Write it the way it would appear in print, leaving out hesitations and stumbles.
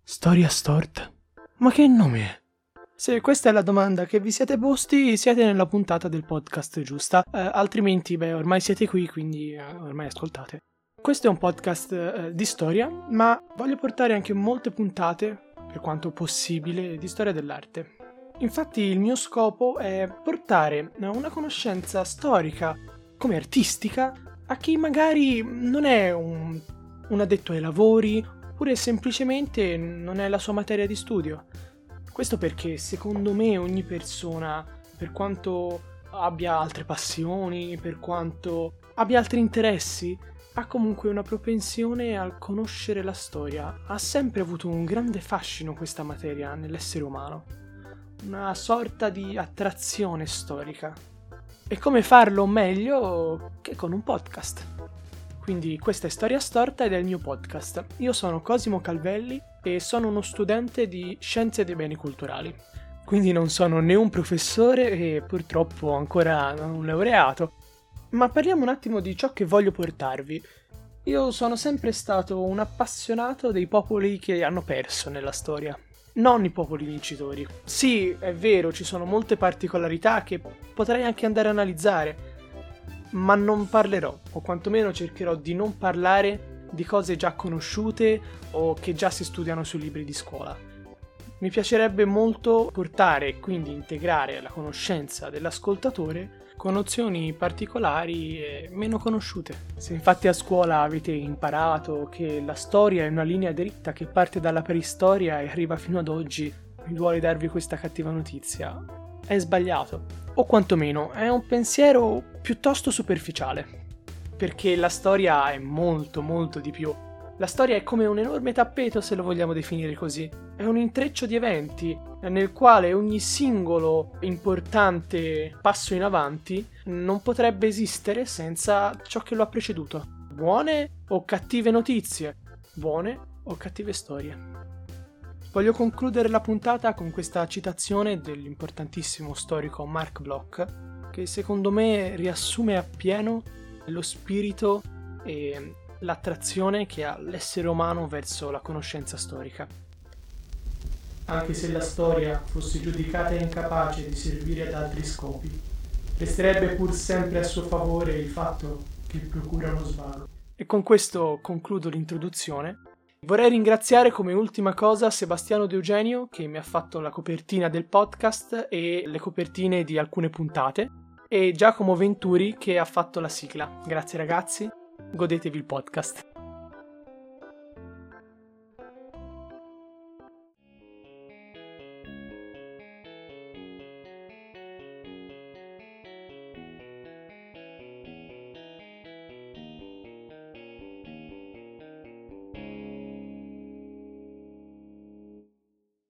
Storia storta? Ma che nome è? Se questa è la domanda che vi siete posti, siete nella puntata del podcast giusta. Altrimenti, ormai siete qui, quindi ormai ascoltate. Questo è un podcast di storia, ma voglio portare anche molte puntate, per quanto possibile, di storia dell'arte. Infatti il mio scopo è portare una conoscenza storica, come artistica, a chi magari non è un addetto ai lavori, oppure semplicemente non è la sua materia di studio. Questo perché secondo me ogni persona, per quanto abbia altre passioni, per quanto abbia altri interessi, ha comunque una propensione al conoscere la storia. Ha sempre avuto un grande fascino questa materia nell'essere umano, una sorta di attrazione storica. E come farlo meglio che con un podcast? Quindi questa è Storia Storta ed è il mio podcast. Io sono Cosimo Calvelli e sono uno studente di Scienze dei Beni Culturali. Quindi non sono né un professore e purtroppo ancora non un laureato. Ma parliamo un attimo di ciò che voglio portarvi. Io sono sempre stato un appassionato dei popoli che hanno perso nella storia. Non i popoli vincitori. Sì, è vero, ci sono molte particolarità che potrei anche andare a analizzare, ma non parlerò, o quantomeno cercherò di non parlare di cose già conosciute o che già si studiano sui libri di scuola. Mi piacerebbe molto portare e quindi integrare la conoscenza dell'ascoltatore con nozioni particolari e meno conosciute. Se infatti a scuola avete imparato che la storia è una linea dritta che parte dalla preistoria e arriva fino ad oggi, mi duole darvi questa cattiva notizia. È sbagliato, o quantomeno è un pensiero piuttosto superficiale, perché la storia è molto molto di più. La storia è come un enorme tappeto, se lo vogliamo definire così. È un intreccio di eventi nel quale ogni singolo importante passo in avanti non potrebbe esistere senza ciò che lo ha preceduto. Buone o cattive notizie, buone o cattive storie. Voglio concludere la puntata con questa citazione dell'importantissimo storico Marc Bloch, che secondo me riassume appieno lo spirito e l'attrazione che ha l'essere umano verso la conoscenza storica. Anche se la storia fosse giudicata incapace di servire ad altri scopi, resterebbe pur sempre a suo favore il fatto che procura uno svago. E con questo concludo l'introduzione. Vorrei ringraziare come ultima cosa Sebastiano De Eugenio, che mi ha fatto la copertina del podcast e le copertine di alcune puntate, e Giacomo Venturi, che ha fatto la sigla. Grazie ragazzi, godetevi il podcast.